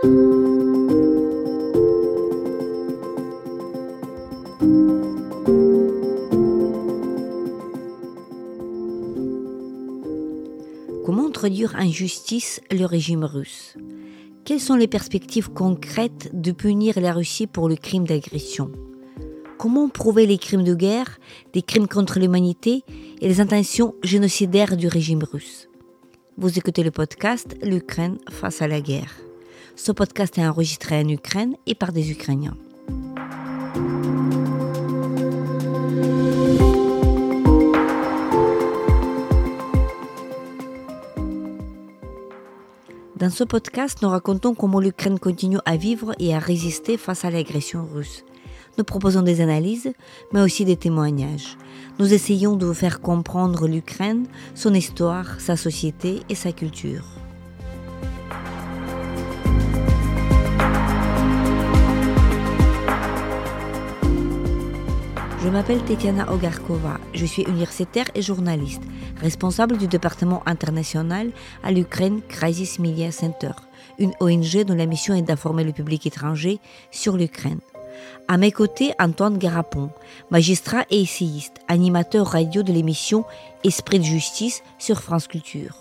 Comment introduire en justice le régime russe ? Quelles sont les perspectives concrètes de punir la Russie pour le crime d'agression ? Comment prouver les crimes de guerre, des crimes contre l'humanité et les intentions génocidaires du régime russe ? Vous écoutez le podcast « L'Ukraine face à la guerre ». Ce podcast est enregistré en Ukraine et par des Ukrainiens. Dans ce podcast, nous racontons comment l'Ukraine continue à vivre et à résister face à l'agression russe. Nous proposons des analyses, mais aussi des témoignages. Nous essayons de vous faire comprendre l'Ukraine, son histoire, sa société et sa culture. Je m'appelle Tetiana Ogarkova, je suis universitaire et journaliste, responsable du département international à l'Ukraine Crisis Media Center, une ONG dont la mission est d'informer le public étranger sur l'Ukraine. À mes côtés, Antoine Garapon, magistrat et essayiste, animateur radio de l'émission Esprit de justice sur France Culture.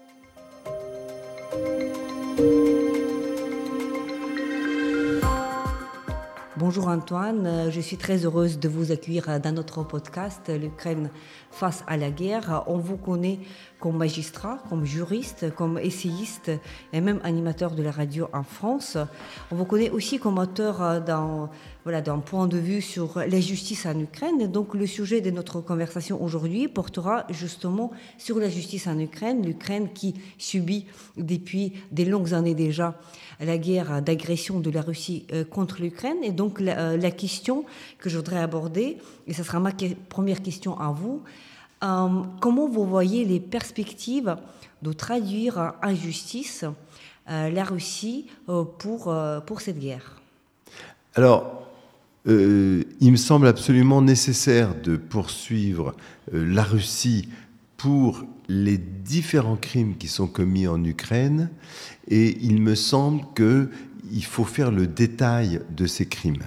Bonjour Antoine, je suis très heureuse de vous accueillir dans notre podcast L'Ukraine face à la guerre. On vous connaît comme magistrat, comme juriste, comme essayiste et même animateur de la radio en France. On vous connaît aussi comme auteur d'un point de vue sur la justice en Ukraine. Et donc le sujet de notre conversation aujourd'hui portera justement sur la justice en Ukraine, l'Ukraine qui subit depuis des longues années déjà la guerre d'agression de la Russie contre l'Ukraine. Et donc la question que je voudrais aborder, et ce sera ma première question à vous, comment vous voyez les perspectives de traduire en justice la Russie pour cette guerre ? Alors, il me semble absolument nécessaire de poursuivre la Russie pour les différents crimes qui sont commis en Ukraine, et il me semble qu'il faut faire le détail de ces crimes.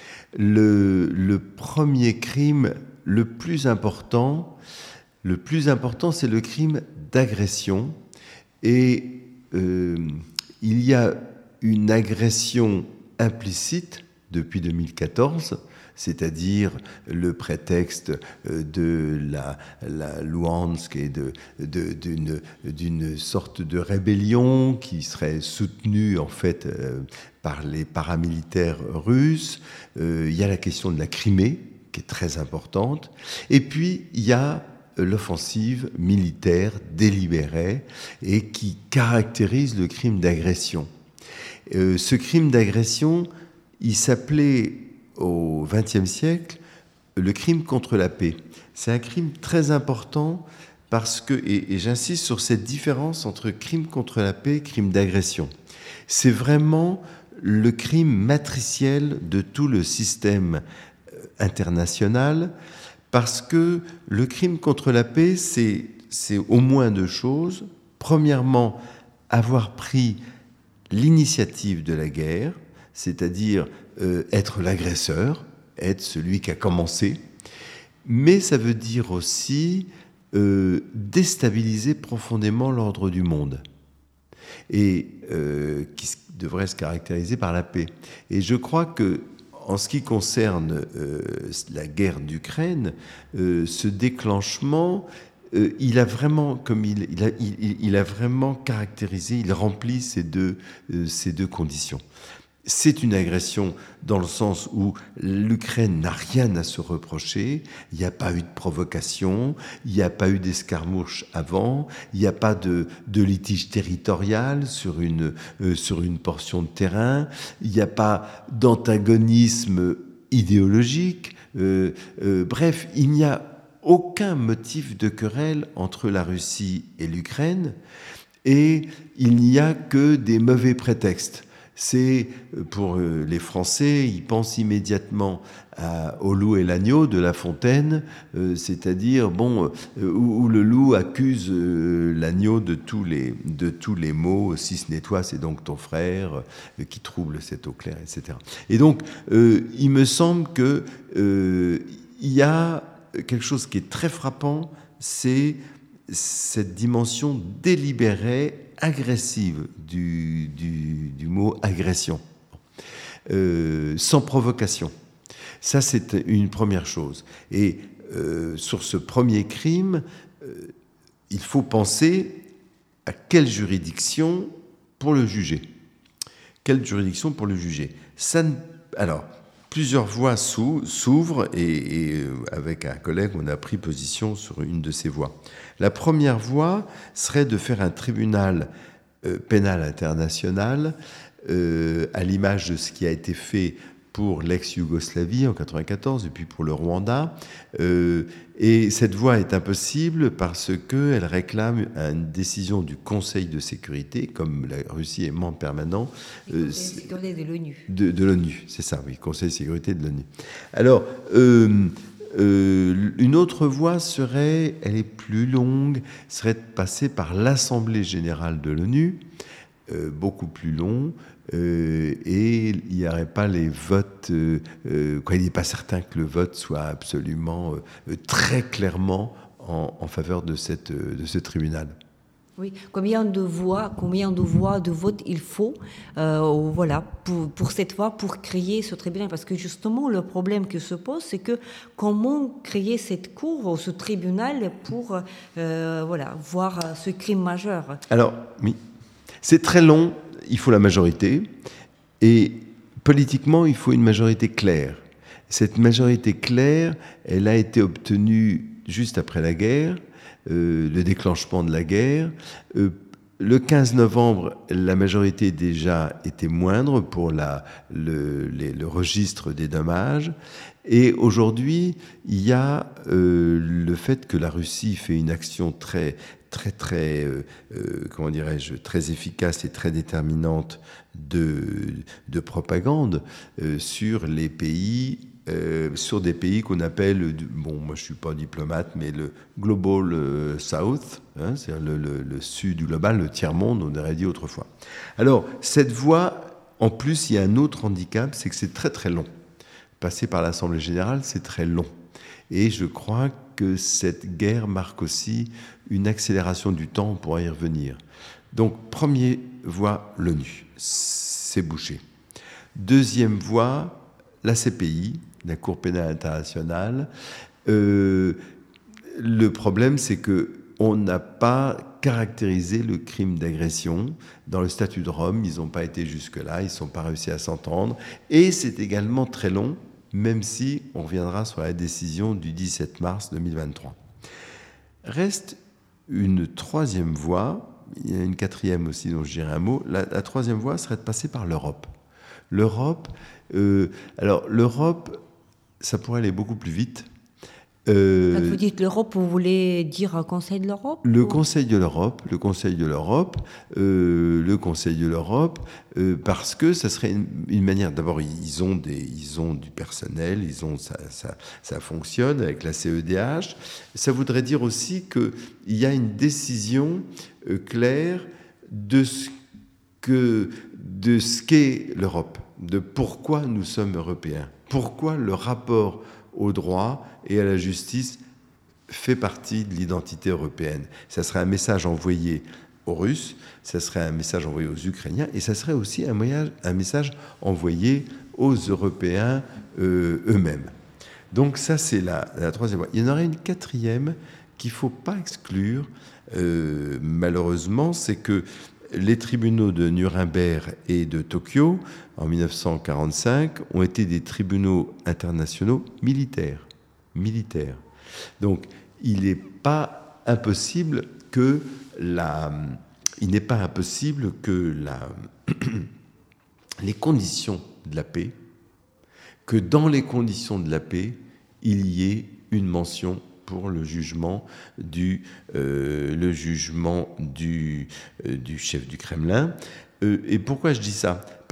Le premier crime, le plus important, c'est le crime d'agression, et il y a une agression implicite depuis 2014, c'est-à-dire le prétexte de la Louhansk et d'une sorte de rébellion qui serait soutenue en fait par les paramilitaires russes. Il y a la question de la Crimée qui est très importante, et puis il y a l'offensive militaire délibérée et qui caractérise le crime d'agression. Ce crime d'agression, il s'appelait au XXe siècle le crime contre la paix. C'est un crime très important parce que, et j'insiste sur cette différence entre crime contre la paix et crime d'agression. C'est vraiment le crime matriciel de tout le système international, parce que le crime contre la paix, c'est au moins deux choses. Premièrement, avoir pris l'initiative de la guerre, c'est-à-dire être l'agresseur, être celui qui a commencé, mais ça veut dire aussi déstabiliser profondément l'ordre du monde, et qui devrait se caractériser par la paix. Et je crois que en ce qui concerne la guerre d'Ukraine, ce déclenchement, il a vraiment, il a vraiment caractérisé, il remplit ces deux conditions. C'est une agression dans le sens où l'Ukraine n'a rien à se reprocher, il n'y a pas eu de provocation, il n'y a pas eu d'escarmouche avant, il n'y a pas de litige territorial sur une portion de terrain, il n'y a pas d'antagonisme idéologique, bref, il n'y a aucun motif de querelle entre la Russie et l'Ukraine, et il n'y a que des mauvais prétextes. C'est, pour les Français, ils pensent immédiatement au loup et l'agneau de La Fontaine, c'est-à-dire où le loup accuse l'agneau de tous les maux, si ce n'est toi, c'est donc ton frère qui trouble cette eau claire, etc. Et donc, il me semble que il y a quelque chose qui est très frappant, c'est cette dimension délibérée, agressive du mot agression, sans provocation. Ça, c'est une première chose. Et sur ce premier crime, il faut penser à quelle juridiction pour le juger. Quelle juridiction pour le juger ? Alors, plusieurs voies s'ouvrent et avec un collègue, on a pris position sur une de ces voies. La première voie serait de faire un tribunal pénal international à l'image de ce qui a été fait pour l'ex-Yougoslavie en 1994 et puis pour le Rwanda. Et cette voie est impossible parce qu'elle réclame une décision du Conseil de sécurité, comme la Russie est membre permanent. De sécurité de l'ONU. De l'ONU, c'est ça, oui, Conseil de sécurité de l'ONU. Alors, une autre voie serait, elle est plus longue, serait de passer par l'Assemblée générale de l'ONU, beaucoup plus long, et il n'y aurait pas les votes, il n'est pas certain que le vote soit absolument très clairement en faveur de ce tribunal. Oui, combien de voix de vote il faut pour cette fois, pour créer ce tribunal? Parce que justement, le problème qui se pose, c'est que comment créer cette cour ou ce tribunal pour voir ce crime majeur? Alors, oui, c'est très long, il faut la majorité, et politiquement, il faut une majorité claire. Cette majorité claire, elle a été obtenue juste après la guerre, le déclenchement de la guerre. Le 15 novembre, la majorité déjà était moindre pour le registre des dommages. Et aujourd'hui, il y a le fait que la Russie fait une action très efficace et très déterminante de propagande sur les pays, sur des pays qu'on appelle, moi je suis pas diplomate, mais le Global South, c'est-à-dire le Sud global, le tiers-monde, on aurait dit autrefois. Alors, cette voie, en plus, il y a un autre handicap, c'est que c'est très très long. Passer par l'Assemblée générale, c'est très long. Et je crois que cette guerre marque aussi une accélération du temps, on pourra y revenir. Donc, première voie, l'ONU, c'est bouché. Deuxième voie, la CPI, la Cour pénale internationale. Le problème, c'est qu'on n'a pas caractérisé le crime d'agression. Dans le statut de Rome, ils n'ont pas été jusque-là, ils ne sont pas réussi à s'entendre. Et c'est également très long, même si on reviendra sur la décision du 17 mars 2023. Reste une troisième voie, il y a une quatrième aussi dont je dirai un mot. La troisième voie serait de passer par l'Europe. L'Europe, ça pourrait aller beaucoup plus vite. Quand vous dites l'Europe, vous voulez dire un Conseil de l'Europe ? Le Conseil de l'Europe, parce que ça serait une manière. D'abord, ils ont du personnel, ça fonctionne avec la CEDH. Ça voudrait dire aussi qu'il y a une décision claire de ce qu'est l'Europe, de pourquoi nous sommes européens, pourquoi le rapport au droit et à la justice fait partie de l'identité européenne. Ça serait un message envoyé aux Russes, ça serait un message envoyé aux Ukrainiens, et ça serait aussi un message envoyé aux Européens eux-mêmes. Donc ça, c'est la troisième voie. Il y en aurait une quatrième qu'il ne faut pas exclure, malheureusement, c'est que les tribunaux de Nuremberg et de Tokyo, en 1945, ont été des tribunaux internationaux militaires. Donc, il n'est pas impossible que les conditions de la paix, que dans les conditions de la paix, il y ait une mention pour le jugement du chef du Kremlin. Et pourquoi je dis ça ?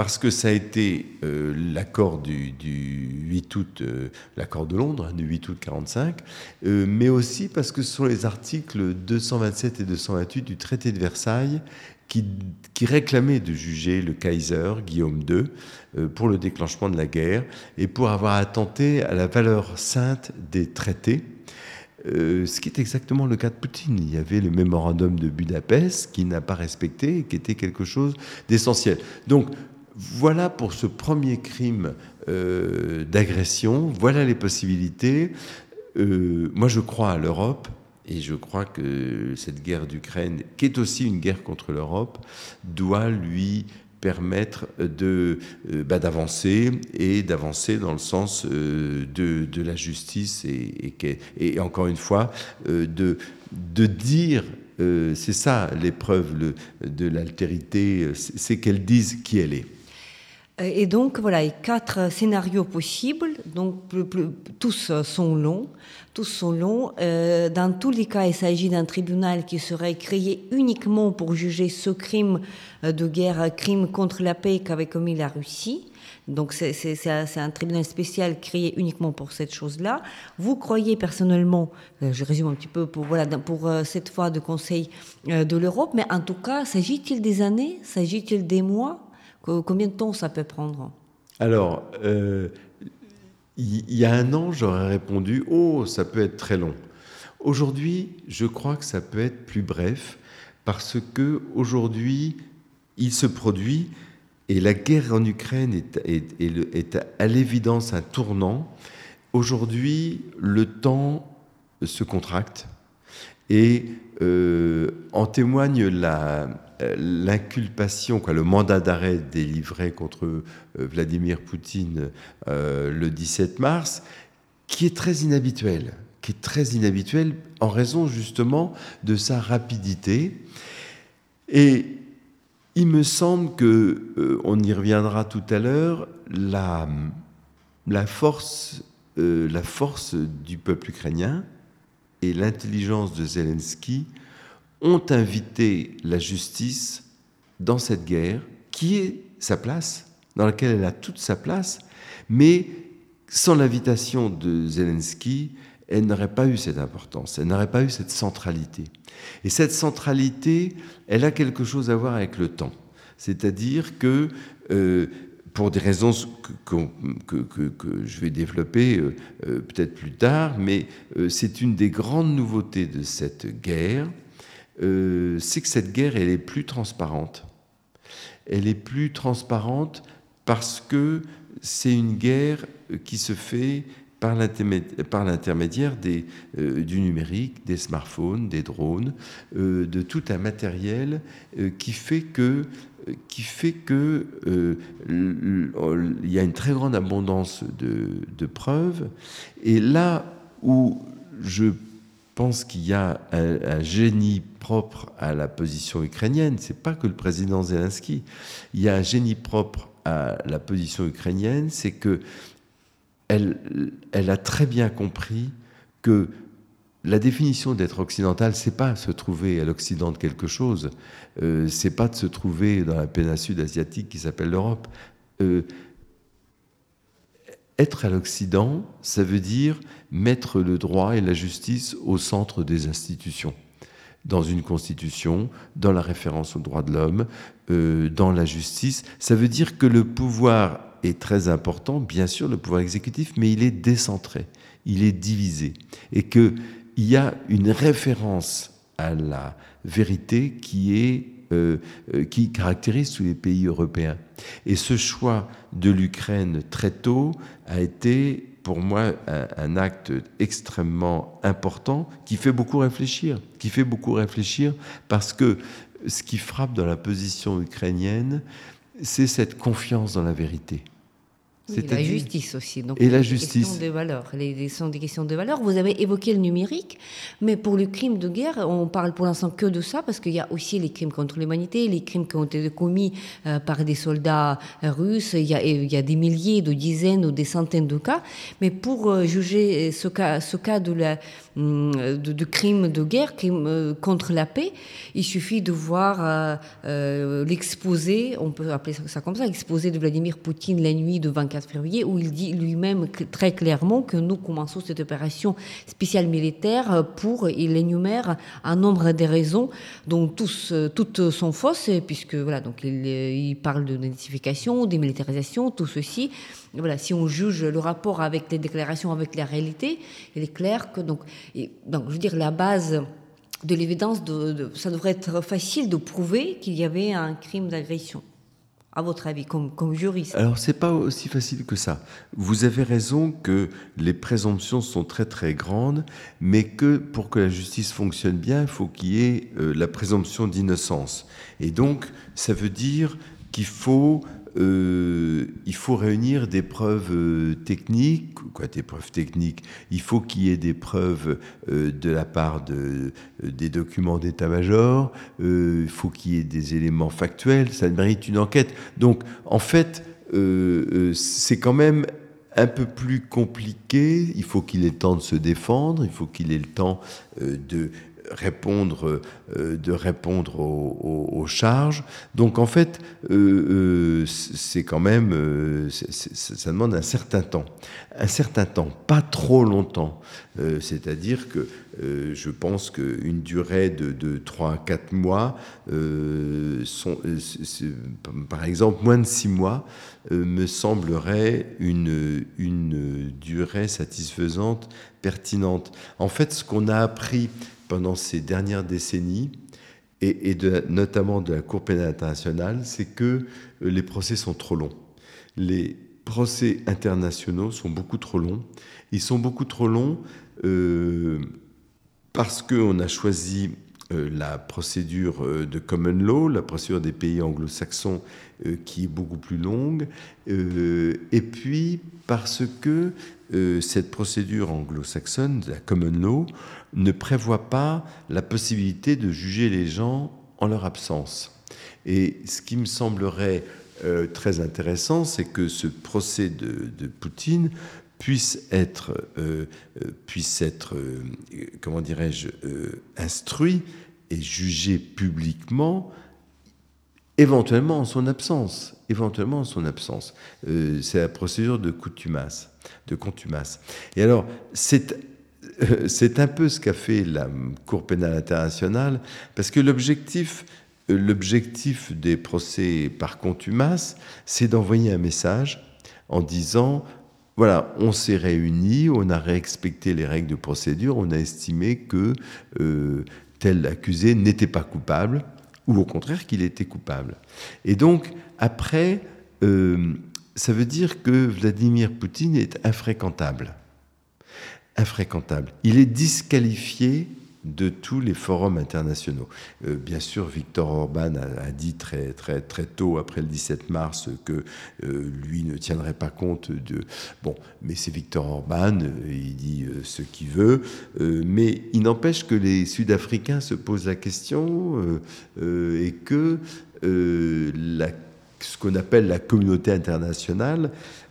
parce que ça a été l'accord du 8 août, l'accord de Londres, du 8 août 1945, mais aussi parce que ce sont les articles 227 et 228 du traité de Versailles qui réclamaient de juger le Kaiser, Guillaume II, pour le déclenchement de la guerre et pour avoir attenté à la valeur sainte des traités. Ce qui est exactement le cas de Poutine. Il y avait le mémorandum de Budapest qui n'a pas respecté et qui était quelque chose d'essentiel. Donc, voilà pour ce premier crime d'agression. Voilà les possibilités. Moi, je crois à l'Europe et je crois que cette guerre d'Ukraine, qui est aussi une guerre contre l'Europe, doit lui permettre d'avancer et d'avancer dans le sens de la justice et encore une fois de dire c'est ça l'épreuve de l'altérité, c'est qu'elle dise qui elle est. Et donc, voilà, il y a 4 scénarios possibles. Donc, tous sont longs. Dans tous les cas, il s'agit d'un tribunal qui serait créé uniquement pour juger ce crime de guerre, crime contre la paix qu'avait commis la Russie. Donc, c'est un tribunal spécial créé uniquement pour cette chose-là. Vous croyez personnellement, je résume un petit peu pour cette fois de Conseil de l'Europe, mais en tout cas, s'agit-il des années? S'agit-il des mois? Combien de temps ça peut prendre? Alors, il y a un an, j'aurais répondu « Oh, ça peut être très long ». Aujourd'hui, je crois que ça peut être plus bref parce qu'aujourd'hui, il se produit, et la guerre en Ukraine est à l'évidence un tournant. Aujourd'hui, le temps se contracte et en témoigne l'inculpation, le mandat d'arrêt délivré contre Vladimir Poutine le 17 mars, qui est très inhabituel en raison justement de sa rapidité. Et il me semble que, on y reviendra tout à l'heure, la force du peuple ukrainien et l'intelligence de Zelensky ont invité la justice dans cette guerre, qui est sa place, dans laquelle elle a toute sa place, mais sans l'invitation de Zelensky, elle n'aurait pas eu cette importance, elle n'aurait pas eu cette centralité. Et cette centralité, elle a quelque chose à voir avec le temps. C'est-à-dire que, pour des raisons que je vais développer peut-être plus tard, mais c'est une des grandes nouveautés de cette guerre, c'est que cette guerre, elle est plus transparente. Elle est plus transparente parce que c'est une guerre qui se fait par l'intermédiaire du numérique, des smartphones, des drones, de tout un matériel qui fait que il y a une très grande abondance de preuves. Et là où je pense qu'il y a un génie propre à la position ukrainienne, c'est pas que le président Zelensky, il y a un génie propre à la position ukrainienne, c'est que elle a très bien compris que la définition d'être occidental, c'est pas se trouver à l'Occident de quelque chose, c'est pas de se trouver dans la péninsule asiatique qui s'appelle l'Europe. Être à l'Occident, ça veut dire mettre le droit et la justice au centre des institutions. Dans une constitution, dans la référence aux droits de l'homme, dans la justice. Ça veut dire que le pouvoir est très important, bien sûr, le pouvoir exécutif, mais il est décentré, il est divisé. Et qu'il y a une référence à la vérité qui caractérise tous les pays européens. Et ce choix de l'Ukraine très tôt a été, pour moi, un acte extrêmement important qui fait beaucoup réfléchir. Parce que ce qui frappe dans la position ukrainienne, c'est cette confiance dans la vérité. Oui, la justice aussi. Donc, et la justice. Questions de valeurs. Sont des questions de valeurs. Vous avez évoqué le numérique, mais pour le crime de guerre, on parle pour l'instant que de ça, parce qu'il y a aussi les crimes contre l'humanité, les crimes qui ont été commis par des soldats russes. Il y a des milliers, de dizaines ou des centaines de cas. Mais pour juger ce cas de crime de guerre, crime contre la paix, il suffit de voir l'exposé, on peut appeler ça comme ça, l'exposé de Vladimir Poutine la nuit de 24 février, où il dit lui-même très clairement que nous commençons cette opération spéciale militaire il énumère un nombre de raisons dont toutes sont fausses, puisque voilà, donc il parle de dénazification, démilitarisation, tout ceci. Voilà, si on juge le rapport avec les déclarations, avec la réalité, il est clair que donc je veux dire, la base de l'évidence, ça devrait être facile de prouver qu'il y avait un crime d'agression. À votre avis, comme juriste? Alors, c'est pas aussi facile que ça. Vous avez raison que les présomptions sont très très grandes, mais que pour que la justice fonctionne bien, il faut qu'il y ait la présomption d'innocence. Et donc, ça veut dire qu'il faut réunir des preuves techniques. Quoi, des preuves techniques? Il faut qu'il y ait des preuves de la part des documents d'état-major. Il faut qu'il y ait des éléments factuels. Ça mérite une enquête. Donc, en fait, c'est quand même un peu plus compliqué. Il faut qu'il ait le temps de se défendre. Il faut qu'il ait le temps de répondre aux charges. Donc en fait, c'est quand même, ça demande un certain temps, pas trop longtemps. C'est-à-dire que je pense qu'une durée de 3 à 4 mois, par exemple moins de 6 mois, me semblerait une durée satisfaisante, pertinente. En fait, ce qu'on a appris pendant ces dernières décennies, et notamment de la Cour pénale internationale, c'est que les procès sont trop longs. Les procès internationaux sont beaucoup trop longs. Ils sont beaucoup trop longs parce qu'on a choisi la procédure de common law, la procédure des pays anglo-saxons qui est beaucoup plus longue, et puis parce que cette procédure anglo-saxonne, la common law, ne prévoit pas la possibilité de juger les gens en leur absence. Et ce qui me semblerait très intéressant, c'est que ce procès de Poutine puisse être comment dirais-je, instruit et jugé publiquement, éventuellement en son absence. C'est la procédure de contumace. Et alors, c'est un peu ce qu'a fait la Cour pénale internationale, parce que l'objectif des procès par contumace, c'est d'envoyer un message en disant, voilà, on s'est réunis, on a respecté les règles de procédure, on a estimé que tel accusé n'était pas coupable, ou au contraire qu'il était coupable. Et donc, après, ça veut dire que Vladimir Poutine est infréquentable. Il est disqualifié de tous les forums internationaux. Bien sûr, Viktor Orban a dit très, très, très tôt, après le 17 mars, que lui ne tiendrait pas compte de... Bon, mais c'est Viktor Orban, il dit ce qu'il veut, mais il n'empêche que les Sud-Africains se posent la question et que ce qu'on appelle la communauté internationale,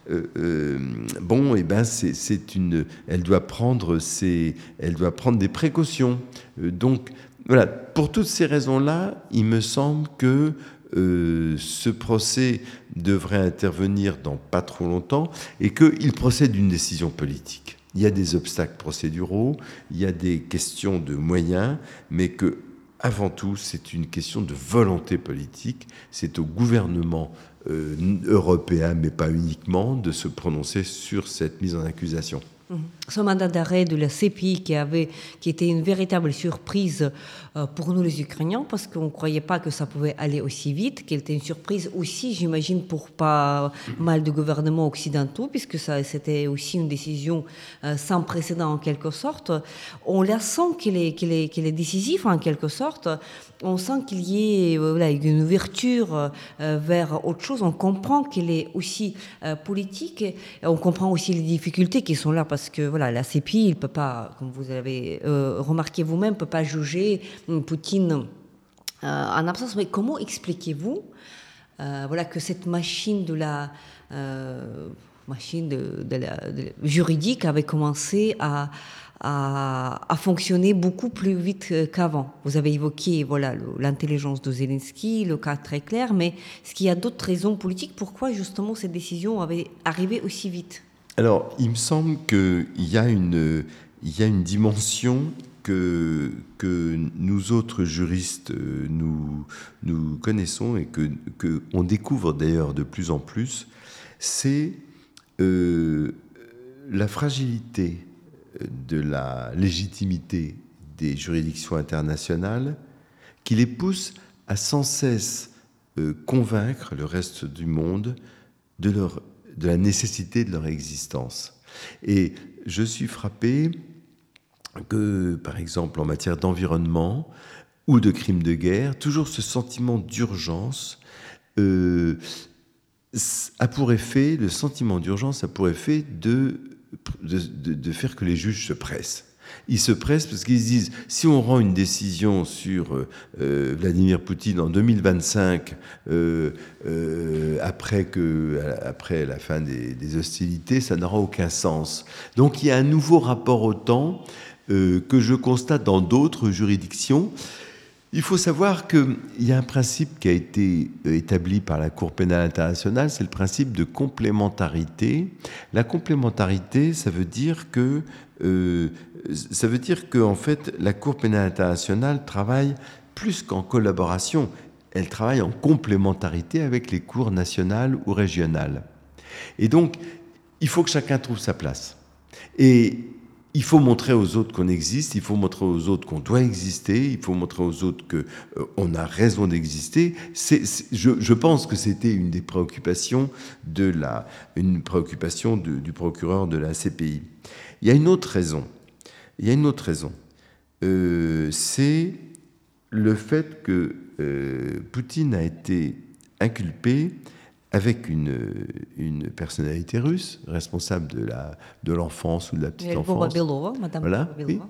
elle doit prendre des précautions. Donc voilà, pour toutes ces raisons-là, il me semble que ce procès devrait intervenir dans pas trop longtemps et qu'il procède d'une décision politique. Il y a des obstacles procéduraux, il y a des questions de moyens, mais que avant tout, c'est une question de volonté politique. C'est au gouvernement européen, mais pas uniquement, de se prononcer sur cette mise en accusation. Ce mandat d'arrêt de la CPI qui était une véritable surprise pour nous les Ukrainiens, parce qu'on ne croyait pas que ça pouvait aller aussi vite, qu'elle était une surprise aussi, j'imagine, pour pas mal de gouvernements occidentaux, puisque c'était aussi une décision sans précédent en quelque sorte. On la sent qu'elle est décisive en quelque sorte. On sent qu'il y ait une ouverture vers autre chose. On comprend qu'elle est aussi politique. Et on comprend aussi les difficultés qui sont là parce que la CPI, il peut pas, comme vous avez remarqué vous-même, peut pas juger Poutine en absence. Mais comment expliquez-vous que cette machine de la juridique avait commencé à fonctionner beaucoup plus vite qu'avant. Vous avez évoqué l'intelligence de Zelensky, le cas très clair, mais est-ce qu'il y a d'autres raisons politiques pourquoi justement cette décision avait arrivé aussi vite? Alors, il me semble qu'il y a une dimension que nous autres juristes, nous connaissons et que on découvre d'ailleurs de plus en plus, c'est la fragilité de la légitimité des juridictions internationales qui les pousse à sans cesse convaincre le reste du monde de la nécessité de leur existence. Et je suis frappé que, par exemple, en matière d'environnement ou de crimes de guerre, toujours ce sentiment d'urgence a pour effet, le sentiment d'urgence a pour effet de faire que les juges se pressent. Ils se pressent parce qu'ils se disent, si on rend une décision sur Vladimir Poutine en 2025, après la fin des hostilités, ça n'aura aucun sens. Donc il y a un nouveau rapport au temps que je constate dans d'autres juridictions. Il faut savoir qu'il y a un principe qui a été établi par la Cour pénale internationale, c'est le principe de complémentarité. La complémentarité, ça veut dire que en fait, la Cour pénale internationale travaille plus qu'en collaboration, elle travaille en complémentarité avec les cours nationales ou régionales. Et donc, il faut que chacun trouve sa place. Et il faut montrer aux autres qu'on existe, il faut montrer aux autres qu'on doit exister, il faut montrer aux autres qu'on a raison d'exister. Je pense que c'était une des préoccupations du procureur de la CPI. Il y a une autre raison. C'est le fait que Poutine a été inculpé avec une personnalité russe, responsable de l'enfance ou de la petite enfance. Madame voilà, Belova. oui.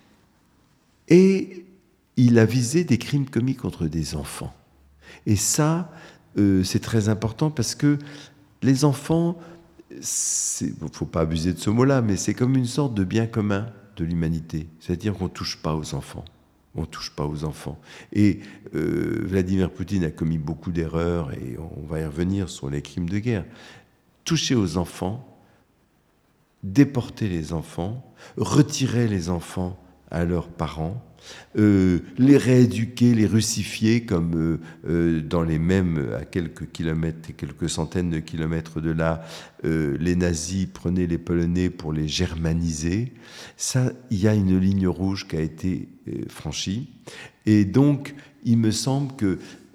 Et il a visé des crimes commis contre des enfants. Et ça, c'est très important parce que les enfants, il ne faut pas abuser de ce mot-là, mais c'est comme une sorte de bien commun de l'humanité. C'est-à-dire qu'on ne touche pas aux enfants. On ne touche pas aux enfants. Et Vladimir Poutine a commis beaucoup d'erreurs, et on va y revenir sur les crimes de guerre. Toucher aux enfants, déporter les enfants, retirer les enfants à leurs parents, les rééduquer, les russifier, comme dans les mêmes, à quelques kilomètres et quelques centaines de kilomètres de là, les nazis prenaient les Polonais pour les germaniser. Ça, il y a une ligne rouge qui a été franchie. Et donc, il me semble que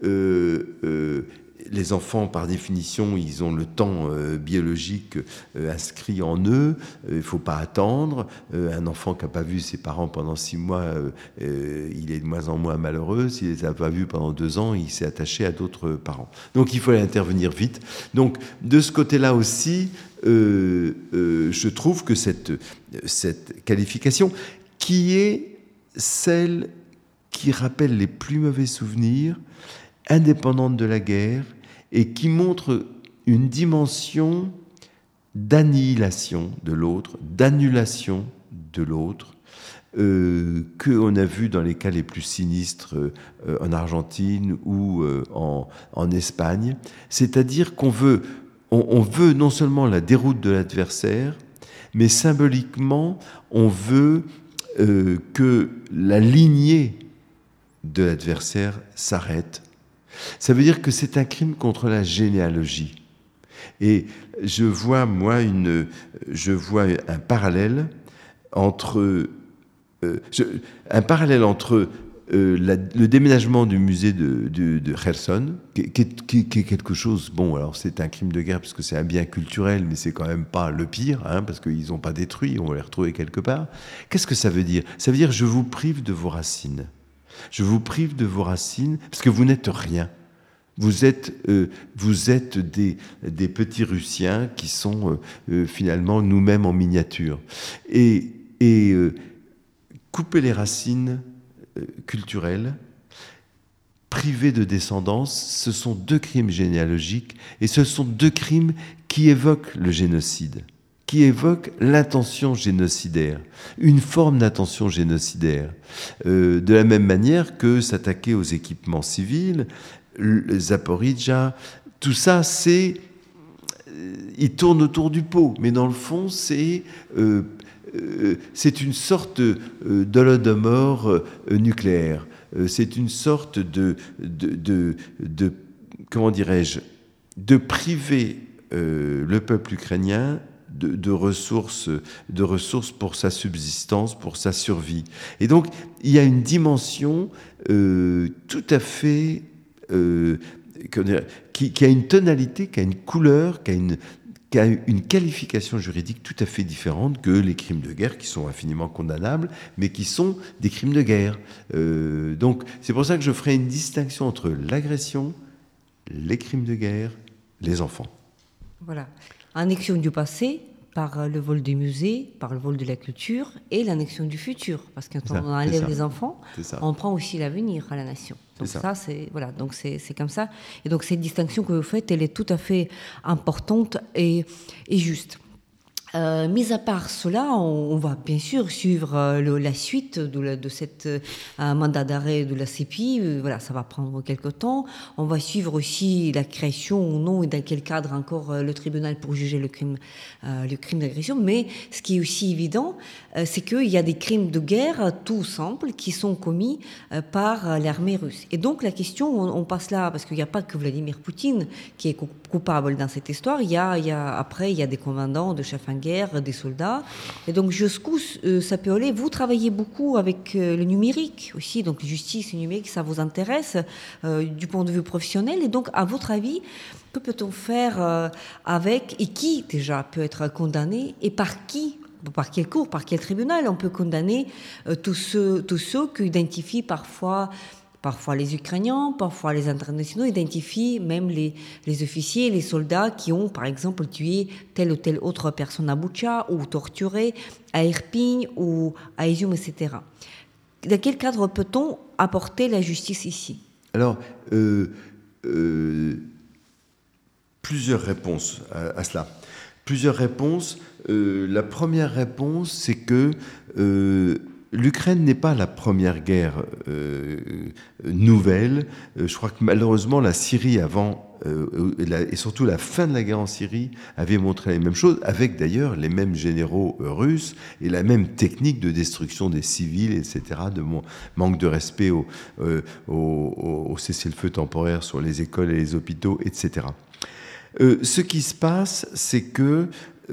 les enfants, par définition, ils ont le temps biologique inscrit en eux. Il ne faut pas attendre. Un enfant qui n'a pas vu ses parents pendant 6 mois, il est de moins en moins malheureux. S'il ne les a pas vus pendant 2 ans, il s'est attaché à d'autres parents. Donc il faut intervenir vite. Donc de ce côté-là aussi, je trouve que cette qualification, qui est celle qui rappelle les plus mauvais souvenirs, indépendante de la guerre, et qui montre une dimension d'annihilation de l'autre, d'annulation de l'autre, qu'on a vu dans les cas les plus sinistres en Argentine ou en Espagne. C'est-à-dire qu'on veut non seulement la déroute de l'adversaire, mais symboliquement, on veut que la lignée de l'adversaire s'arrête. Ça veut dire que c'est un crime contre la généalogie. Et je vois, un parallèle entre le déménagement du musée de Kherson, qui est quelque chose... Bon, alors c'est un crime de guerre parce que c'est un bien culturel, mais c'est quand même pas le pire, parce qu'ils n'ont pas détruit, on va les retrouver quelque part. Qu'est-ce que ça veut dire ? Ça veut dire je vous prive de vos racines. Je vous prive de vos racines parce que vous n'êtes rien. Vous êtes des petits Russiens qui sont finalement nous-mêmes en miniature. Et couper les racines culturelles, privés de descendance, ce sont 2 crimes généalogiques et ce sont 2 crimes qui évoquent le génocide, qui évoquent l'intention génocidaire, une forme d'intention génocidaire. De la même manière que s'attaquer aux équipements civils, le Zaporijjia, tout ça, il tourne autour du pot, mais dans le fond, c'est une sorte d'holodomor nucléaire. C'est une sorte de comment dirais-je, de priver le peuple ukrainien de ressources pour sa subsistance, pour sa survie. Et donc, il y a une dimension tout à fait qui a une tonalité, qui a une couleur, qui a une qualification juridique tout à fait différente que les crimes de guerre, qui sont infiniment condamnables, mais qui sont des crimes de guerre. Donc, c'est pour ça que je ferai une distinction entre l'agression, les crimes de guerre, les enfants. Voilà. Annexion du passé par le vol des musées, par le vol de la culture, et l'annexion du futur. Parce que quand on enlève les enfants, on prend aussi l'avenir à la nation. Donc ça, c'est comme ça. Et donc cette distinction que vous faites, elle est tout à fait importante et juste. Mis à part cela, on va bien sûr suivre la suite de cette mandat d'arrêt de la CPI. Voilà, ça va prendre quelque temps. On va suivre aussi la création ou non et dans quel cadre encore le tribunal pour juger le crime d'agression. Mais ce qui est aussi évident, c'est qu'il y a des crimes de guerre tout simple qui sont commis par l'armée russe. Et donc la question, on passe là parce qu'il n'y a pas que Vladimir Poutine qui est coupable dans cette histoire. Après, il y a des commandants, de chefs en guerre, des soldats. Et donc, jusqu'où ça peut aller ? Vous travaillez beaucoup avec le numérique aussi, donc justice et numérique, ça vous intéresse du point de vue professionnel. Et donc, à votre avis, que peut-on faire avec, et qui déjà peut être condamné, et par qui ? Par quelle cour, par quel tribunal on peut condamner tous ceux qui identifient parfois les Ukrainiens, parfois les internationaux identifient même les officiers, les soldats qui ont, par exemple, tué telle ou telle autre personne à Boutcha, ou torturé à Irpin ou à Izium, etc. Dans quel cadre peut-on apporter la justice ici ? Alors, plusieurs réponses à cela. Plusieurs réponses. La première réponse, c'est que l'Ukraine n'est pas la première guerre nouvelle. Je crois que malheureusement, la Syrie avant, et surtout la fin de la guerre en Syrie, avait montré les mêmes choses, avec d'ailleurs les mêmes généraux russes et la même technique de destruction des civils, etc., de manque de respect au cessez-le-feu temporaire sur les écoles et les hôpitaux, etc. Ce qui se passe, c'est que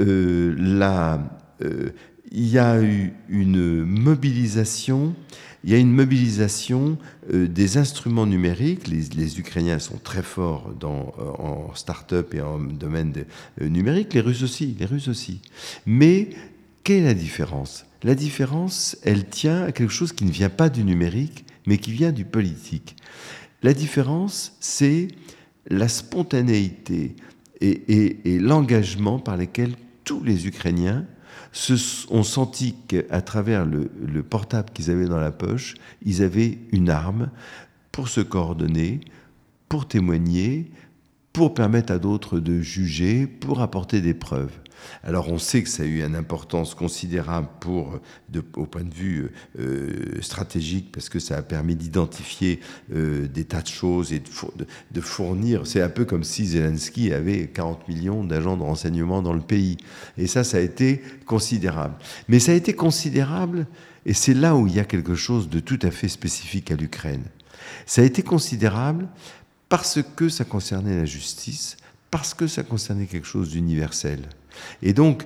il y a eu une mobilisation. Il y a une mobilisation des instruments numériques. Les Ukrainiens sont très forts en start-up et en domaine numérique. Les Russes aussi. Mais quelle est la différence ? La différence, elle tient à quelque chose qui ne vient pas du numérique, mais qui vient du politique. La différence, c'est la spontanéité et l'engagement par lesquels tous les Ukrainiens ont senti qu'à travers le portable qu'ils avaient dans la poche, ils avaient une arme pour se coordonner, pour témoigner, pour permettre à d'autres de juger, pour apporter des preuves. Alors on sait que ça a eu une importance considérable au point de vue stratégique, parce que ça a permis d'identifier des tas de choses et de fournir. C'est un peu comme si Zelensky avait 40 millions d'agents de renseignement dans le pays. Et ça a été considérable. Mais ça a été considérable, et c'est là où il y a quelque chose de tout à fait spécifique à l'Ukraine. Ça a été considérable parce que ça concernait la justice, parce que ça concernait quelque chose d'universel. Et donc,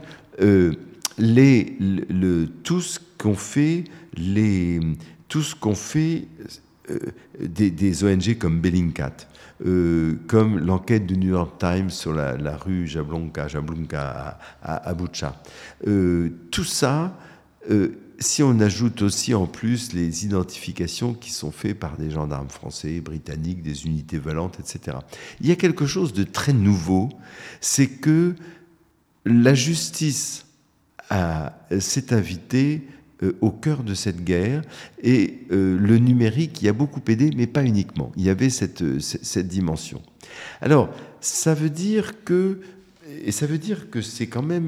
tout ce qu'ont fait des ONG comme Bellingcat, comme l'enquête du New York Times sur la rue Jablonka à Butcha. Tout ça, si on ajoute aussi en plus les identifications qui sont faites par des gendarmes français, britanniques, des unités volantes, etc. Il y a quelque chose de très nouveau, c'est que la justice s'est invitée au cœur de cette guerre, et le numérique y a beaucoup aidé, mais pas uniquement. Il y avait cette dimension. Alors, ça veut dire que c'est quand même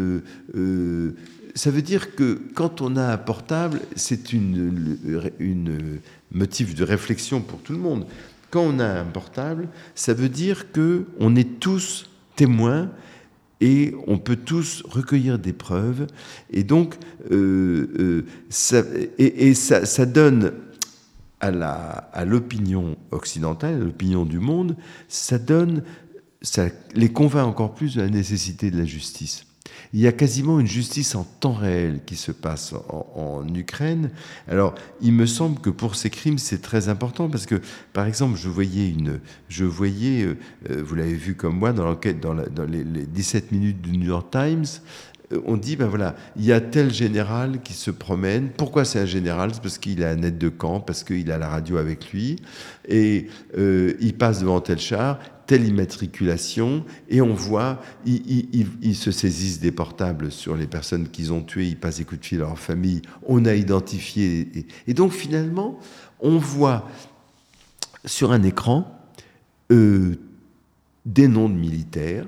ça veut dire que quand on a un portable, c'est une motif de réflexion pour tout le monde. Quand on a un portable, ça veut dire qu'on est tous témoins et on peut tous recueillir des preuves. Et donc, ça donne à l'opinion occidentale, à l'opinion du monde, ça les convainc encore plus de la nécessité de la justice. Il y a quasiment une justice en temps réel qui se passe en Ukraine. Alors, il me semble que pour ces crimes, c'est très important parce que, par exemple, je voyais, vous l'avez vu comme moi, dans l'enquête, dans les 17 minutes du New York Times, on dit, ben voilà, il y a tel général qui se promène. Pourquoi c'est un général ? C'est parce qu'il a un aide de camp, parce qu'il a la radio avec lui, et il passe devant tel char, telle immatriculation, et on voit, ils se saisissent des portables sur les personnes qu'ils ont tuées, ils passent des coups de fil à leur famille, on a identifié. Et donc finalement, on voit sur un écran des noms de militaires,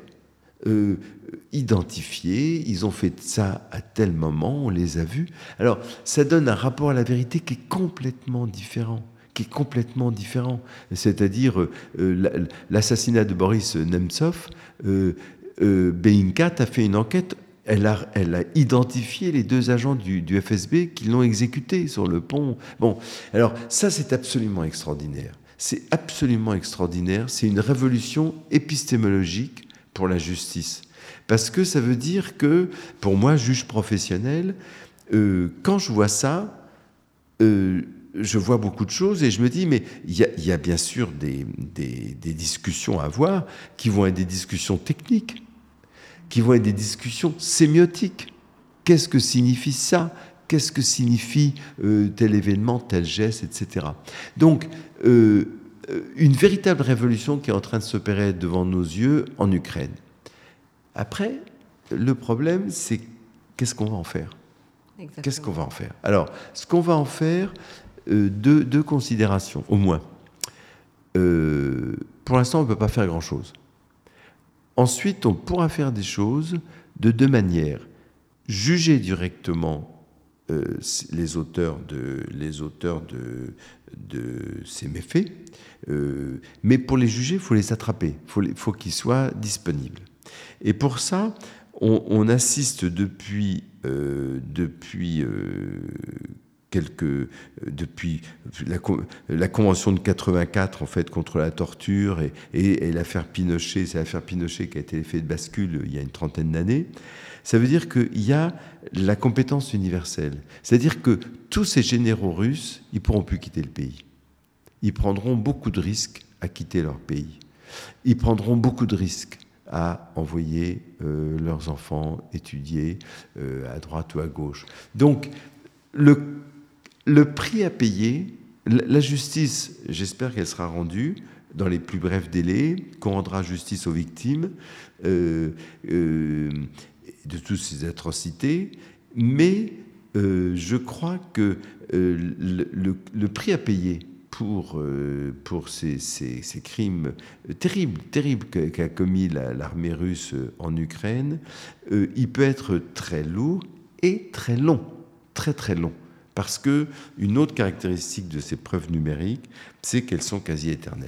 identifiés, ils ont fait ça à tel moment, on les a vus. Alors, ça donne un rapport à la vérité qui est complètement différent. C'est-à-dire l'assassinat de Boris Nemtsov, Bellingcat a fait une enquête, elle a identifié les 2 agents du FSB qui l'ont exécuté sur le pont. Bon, alors ça c'est absolument extraordinaire. C'est une révolution épistémologique pour la justice. Parce que ça veut dire que, pour moi, juge professionnel, quand je vois ça, je vois beaucoup de choses et je me dis, mais il y a bien sûr des discussions à avoir qui vont être des discussions techniques, qui vont être des discussions sémiotiques. Qu'est-ce que signifie ça ? Qu'est-ce que signifie tel événement, tel geste, etc. Donc, une véritable révolution qui est en train de s'opérer devant nos yeux en Ukraine. Après, le problème, c'est qu'est-ce qu'on va en faire ? Exactement. Qu'est-ce qu'on va en faire ? Alors, ce qu'on va en faire, deux considérations, au moins. Pour l'instant, on ne peut pas faire grand-chose. Ensuite, on pourra faire des choses de 2 manières. Juger directement les auteurs de ces méfaits, mais pour les juger, il faut les attraper, il faut qu'ils soient disponibles. Et pour ça, on assiste depuis la Convention de 84 en fait contre la torture et l'affaire Pinochet, c'est l'affaire Pinochet qui a été l'effet de bascule il y a une 30aine d'années. Ça veut dire qu'il y a la compétence universelle. C'est-à-dire que tous ces généraux russes, ils ne pourront plus quitter le pays. Ils prendront beaucoup de risques à quitter leur pays. Ils prendront beaucoup de risques à envoyer leurs enfants étudier à droite ou à gauche. Donc, le prix à payer, la justice, j'espère qu'elle sera rendue dans les plus brefs délais, qu'on rendra justice aux victimes de toutes ces atrocités, mais je crois que le prix à payer pour ces crimes terribles qu'a commis l'armée russe en Ukraine, il peut être très lourd et très long, très long. Parce qu'une autre caractéristique de ces preuves numériques, c'est qu'elles sont quasi éternelles.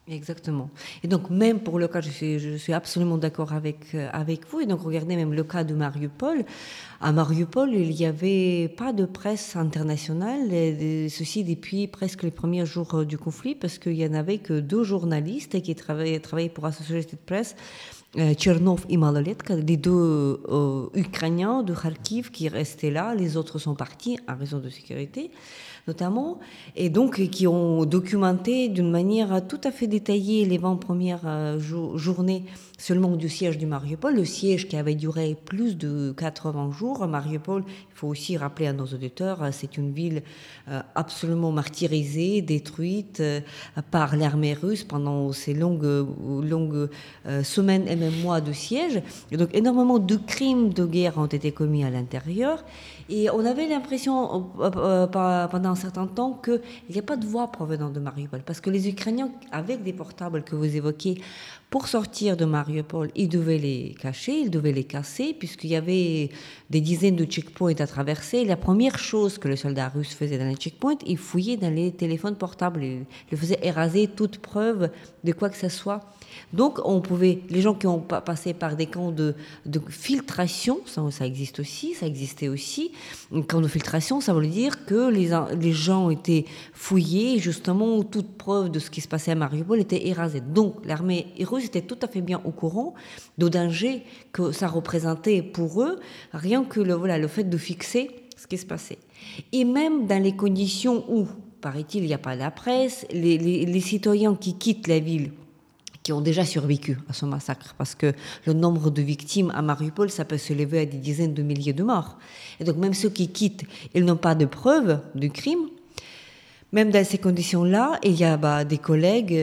Exactement. Et donc, même pour le cas, je suis absolument d'accord avec vous. Et donc, regardez même le cas de Mariupol. À Mariupol, il n'y avait pas de presse internationale, et ceci depuis presque les premiers jours du conflit, parce qu'il n'y en avait que 2 journalistes qui travaillaient pour Associated Press, Tchernov et Maloletka, les 2 Ukrainiens de Kharkiv qui restaient là. Les autres sont partis en raison de sécurité, notamment, et donc qui ont documenté d'une manière tout à fait détaillée les 20 premières journées seulement du siège du Mariupol, le siège qui avait duré plus de 80 jours. Mariupol, il faut aussi rappeler à nos auditeurs, c'est une ville absolument martyrisée, détruite par l'armée russe pendant ces longues semaines et même mois de siège. Et donc énormément de crimes de guerre ont été commis à l'intérieur. Et on avait l'impression pendant un certain temps qu'il n'y a pas de voix provenant de Mariupol, parce que les Ukrainiens, avec des portables que vous évoquez, pour sortir de Mariupol, ils devaient les cacher, ils devaient les casser, puisqu'il y avait des dizaines de checkpoints à traverser. Et la première chose que les soldats russes faisaient dans les checkpoints, ils fouillaient dans les téléphones portables, ils faisaient éraser toute preuve de quoi que ce soit. Donc, les gens qui ont passé par des camps de filtration, ça existe aussi, ça existait aussi. Un camp de filtration, ça veut dire que les gens étaient fouillés, justement, où toute preuve de ce qui se passait à Mariupol était érasée. Donc, l'armée russe était tout à fait bien au courant du danger que ça représentait pour eux, rien que le fait de fixer ce qui se passait. Et même dans les conditions où, paraît-il, il n'y a pas la presse, les citoyens qui quittent la ville, qui ont déjà survécu à ce massacre, parce que le nombre de victimes à Mariupol, ça peut se lever à des dizaines de milliers de morts. Et donc même ceux qui quittent, ils n'ont pas de preuves du crime. Même dans ces conditions-là, il y a des collègues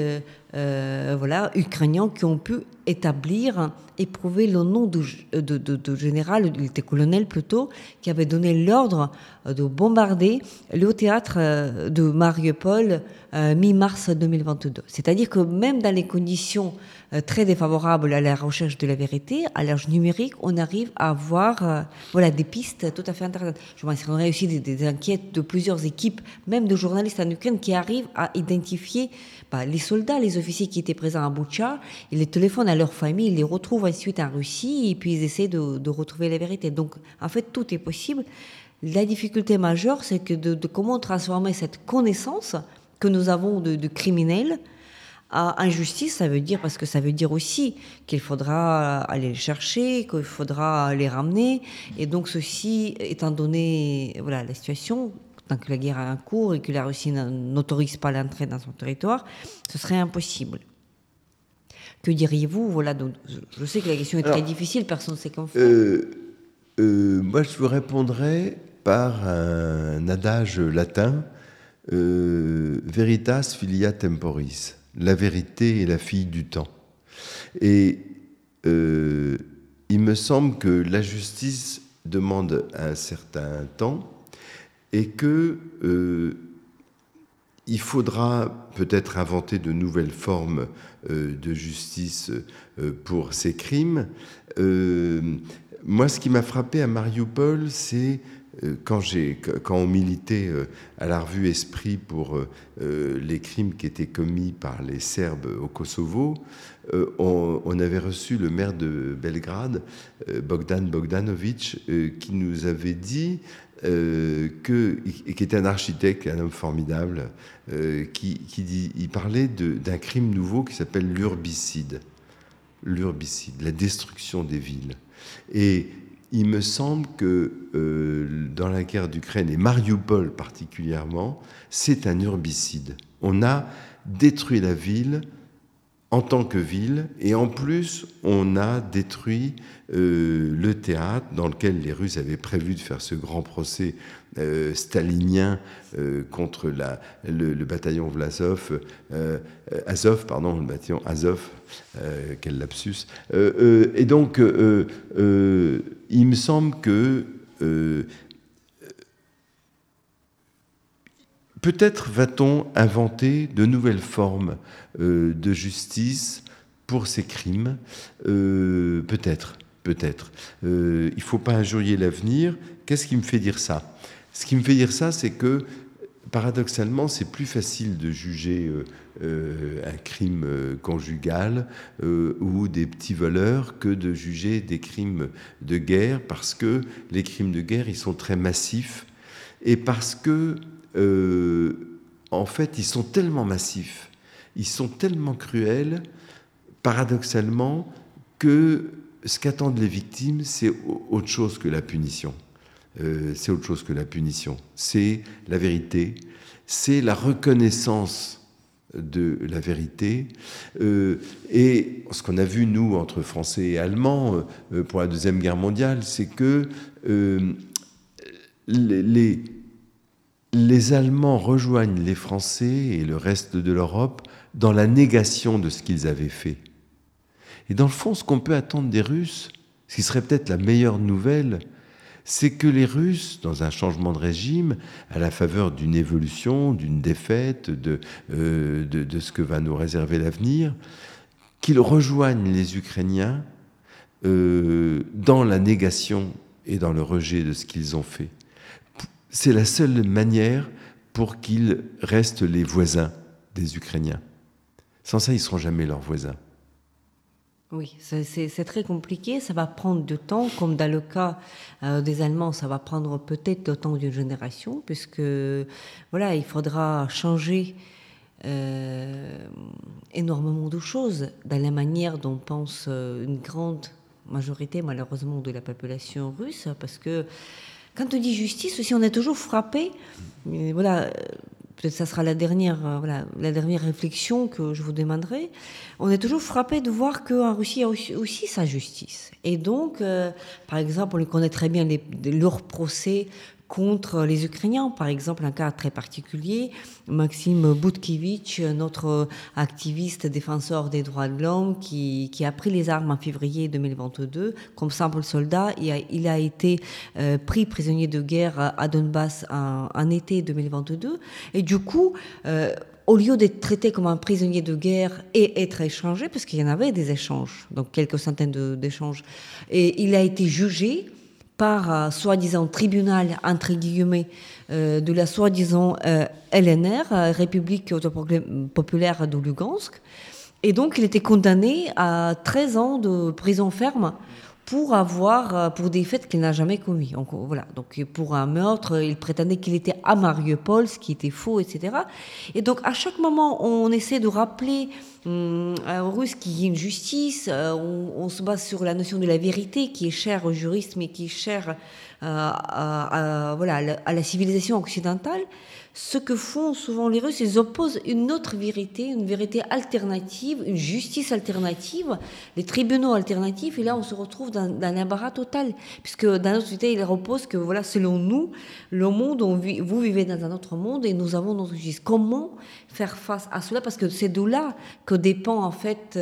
ukrainiens qui ont pu établir et prouver le nom de général, il était colonel plutôt, qui avait donné l'ordre de bombarder le théâtre de Mariupol mi-mars 2022. C'est-à-dire que même dans les conditions très défavorables à la recherche de la vérité, à l'âge numérique, on arrive à avoir des pistes tout à fait intéressantes. Je mentionnerai aussi des enquêtes de plusieurs équipes, même de journalistes en Ukraine, qui arrivent à identifier les soldats, les officiers qui étaient présents à Boutcha, ils les téléphonent à leur famille, ils les retrouvent ensuite en Russie, et puis ils essaient de retrouver la vérité. Donc, en fait, tout est possible. La difficulté majeure, c'est que de comment transformer cette connaissance que nous avons de criminels en justice, ça veut dire, parce que ça veut dire aussi qu'il faudra aller les chercher, qu'il faudra les ramener. Et donc, ceci, étant donné la situation, tant que la guerre a un cours et que la Russie n'autorise pas l'entrée dans son territoire, ce serait impossible. Que diriez-vous donc, je sais que la question est très difficile, personne ne sait comment faire. Moi, je vous répondrais par un adage latin, veritas filia temporis, la vérité est la fille du temps. Et il me semble que la justice demande un certain temps et que il faudra peut-être inventer de nouvelles formes de justice pour ces crimes. Moi, ce qui m'a frappé à Mariupol, c'est quand on militait à la revue Esprit pour les crimes qui étaient commis par les Serbes au Kosovo, on avait reçu le maire de Belgrade, Bogdan Bogdanović, qui nous avait dit qui était un architecte, un homme formidable, il parlait d'un crime nouveau qui s'appelle l'urbicide, la destruction des villes. Et il me semble que dans la guerre d'Ukraine, et Mariupol particulièrement, c'est un urbicide. On a détruit la ville en tant que ville, et en plus, on a détruit le théâtre dans lequel les Russes avaient prévu de faire ce grand procès stalinien contre le bataillon Azov, le bataillon Azov, quel lapsus. Et donc, il me semble que peut-être va-t-on inventer de nouvelles formes de justice pour ces crimes. Peut-être. Il ne faut pas injurier l'avenir. Qu'est-ce qui me fait dire ça ? Ce qui me fait dire ça, c'est que paradoxalement, c'est plus facile de juger un crime conjugal ou des petits voleurs que de juger des crimes de guerre, parce que les crimes de guerre, ils sont très massifs, et parce que, en fait, ils sont tellement massifs, ils sont tellement cruels, paradoxalement, que ce qu'attendent les victimes, c'est autre chose que la punition. C'est autre chose que la punition. C'est la vérité, c'est la reconnaissance de la vérité. Et ce qu'on a vu, nous, entre Français et Allemands, pour la Deuxième Guerre mondiale, c'est que les Allemands rejoignent les Français et le reste de l'Europe dans la négation de ce qu'ils avaient fait. Et dans le fond, ce qu'on peut attendre des Russes, ce qui serait peut-être la meilleure nouvelle, c'est que les Russes, dans un changement de régime, à la faveur d'une évolution, d'une défaite, de ce que va nous réserver l'avenir, qu'ils rejoignent les Ukrainiens dans la négation et dans le rejet de ce qu'ils ont fait. C'est la seule manière pour qu'ils restent les voisins des Ukrainiens. Sans ça, ils ne seront jamais leurs voisins. Oui, c'est très compliqué, ça va prendre du temps, comme dans le cas des Allemands, ça va prendre peut-être le temps d'une génération, puisque voilà, il faudra changer énormément de choses dans la manière dont pense une grande majorité, malheureusement, de la population russe, parce que quand on dit justice aussi, on est toujours frappé, voilà. Peut-être que ça sera la dernière réflexion que je vous demanderai. On est toujours frappé de voir qu'en Russie, il y a aussi sa justice. Et donc, par exemple, on connaît très bien leurs procès contre les Ukrainiens. Par exemple, un cas très particulier, Maxime Boutkevitch, notre activiste défenseur des droits de l'homme, qui a pris les armes en février 2022 comme simple soldat. Il a été pris prisonnier de guerre à Donbass en été 2022. Et du coup, au lieu d'être traité comme un prisonnier de guerre et être échangé, parce qu'il y en avait des échanges, donc quelques centaines d'échanges, et il a été jugé par soi-disant tribunal, entre guillemets, de la soi-disant LNR, République populaire de Lugansk. Et donc, il était condamné à 13 ans de prison ferme pour des faits qu'il n'a jamais commis. Donc, voilà. Donc, pour un meurtre, il prétendait qu'il était à Mariupol, ce qui était faux, etc. Et donc, à chaque moment, on essaie de rappeler aux Russes qu'il y a une justice, on se base sur la notion de la vérité qui est chère aux juristes, mais qui est chère à la civilisation occidentale. Ce que font souvent les Russes, ils opposent une autre vérité, une vérité alternative, une justice alternative, les tribunaux alternatifs, et là on se retrouve dans l'embarras total, puisque d'un autre côté, ils reposent que voilà, selon nous, le monde, vous vivez dans un autre monde et nous avons notre justice. Comment faire face à cela? Parce que c'est de là que dépend en fait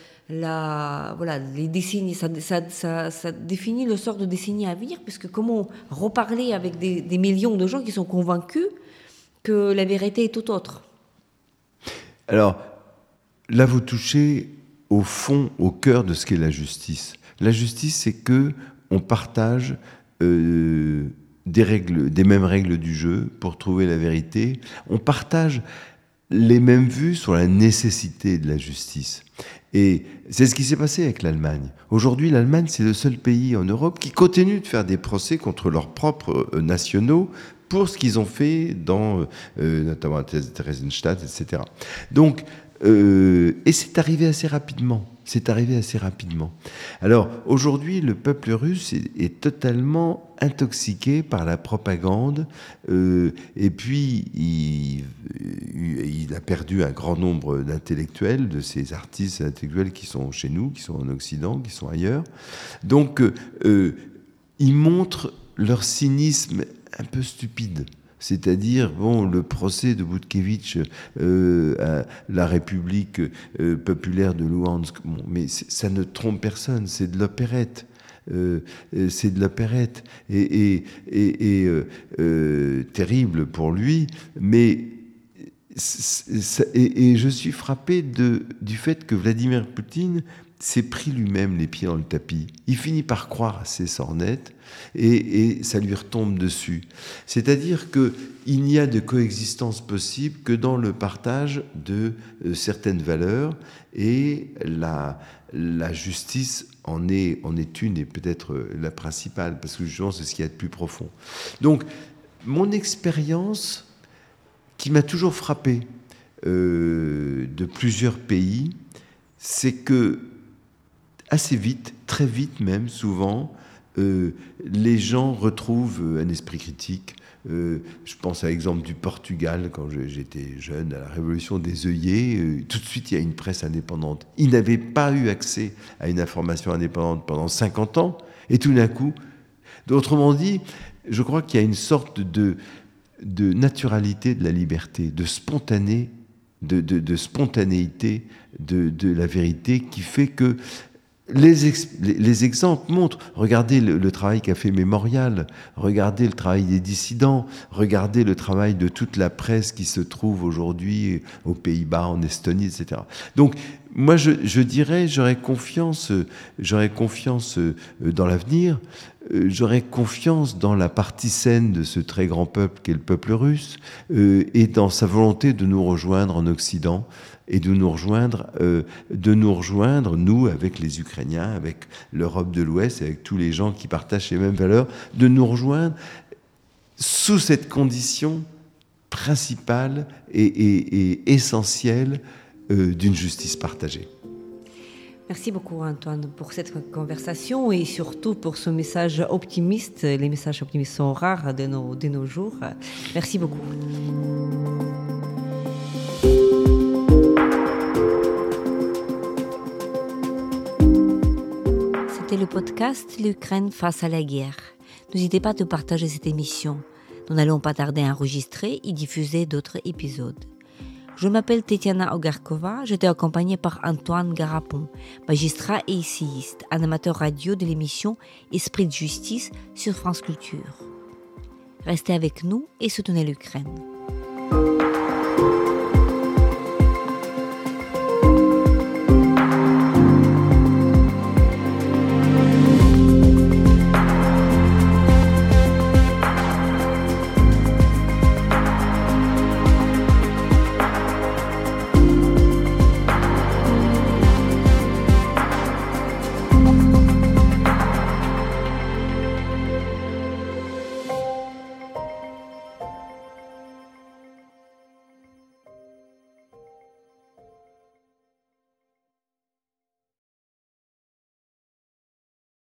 les décennies, ça définit le sort de décennies à venir, puisque comment reparler avec des millions de gens qui sont convaincus que la vérité est tout autre. Alors, là, vous touchez au fond, au cœur de ce qu'est la justice. La justice, c'est que on partage des mêmes règles du jeu pour trouver la vérité. On partage les mêmes vues sur la nécessité de la justice. Et c'est ce qui s'est passé avec l'Allemagne. Aujourd'hui, l'Allemagne, c'est le seul pays en Europe qui continue de faire des procès contre leurs propres nationaux pour ce qu'ils ont fait dans, notamment à Theresienstadt, etc. Donc, et c'est arrivé assez rapidement. Alors, aujourd'hui, le peuple russe est totalement intoxiqué par la propagande, et puis il a perdu un grand nombre d'intellectuels, de ces artistes intellectuels qui sont chez nous, qui sont en Occident, qui sont ailleurs. Donc, ils montrent leur cynisme un peu stupide. C'est-à-dire, le procès de Boutkevitch à la République populaire de Luhansk, mais ça ne trompe personne, c'est de l'opérette. Et terrible pour lui, mais et je suis frappé du fait que Vladimir Poutine s'est pris lui-même les pieds dans le tapis. Il finit par croire à ses sornettes et ça lui retombe dessus. C'est-à-dire qu'il n'y a de coexistence possible que dans le partage de certaines valeurs, et la justice en est une, et peut-être la principale, parce que justement c'est ce qu'il y a de plus profond. Donc mon expérience qui m'a toujours frappé de plusieurs pays, c'est que assez vite, très vite même, souvent, les gens retrouvent un esprit critique. Je pense à l'exemple du Portugal, quand j'étais jeune, à la révolution des œillets, tout de suite il y a une presse indépendante. Ils n'avaient pas eu accès à une information indépendante pendant 50 ans, et tout d'un coup, autrement dit, je crois qu'il y a une sorte de naturalité de la liberté, de spontanéité de la vérité, qui fait que les exemples montrent. Regardez le travail qu'a fait Mémorial, regardez le travail des dissidents, regardez le travail de toute la presse qui se trouve aujourd'hui aux Pays-Bas, en Estonie, etc. Donc, moi, je dirais, j'aurais confiance dans l'avenir, j'aurais confiance dans la partie saine de ce très grand peuple qu'est le peuple russe, et dans sa volonté de nous rejoindre en Occident, et de nous rejoindre, nous, avec les Ukrainiens, avec l'Europe de l'Ouest, avec tous les gens qui partagent les mêmes valeurs, de nous rejoindre sous cette condition principale et essentielle d'une justice partagée. Merci beaucoup Antoine pour cette conversation et surtout pour ce message optimiste. Les messages optimistes sont rares de nos jours. Merci beaucoup. C'était le podcast L'Ukraine face à la guerre. N'hésitez pas à partager cette émission. Nous n'allons pas tarder à enregistrer et diffuser d'autres épisodes. Je m'appelle Tetiana Ogarkova, j'étais accompagnée par Antoine Garapon, magistrat et essayiste, animateur radio de l'émission Esprit de justice sur France Culture. Restez avec nous et soutenez l'Ukraine.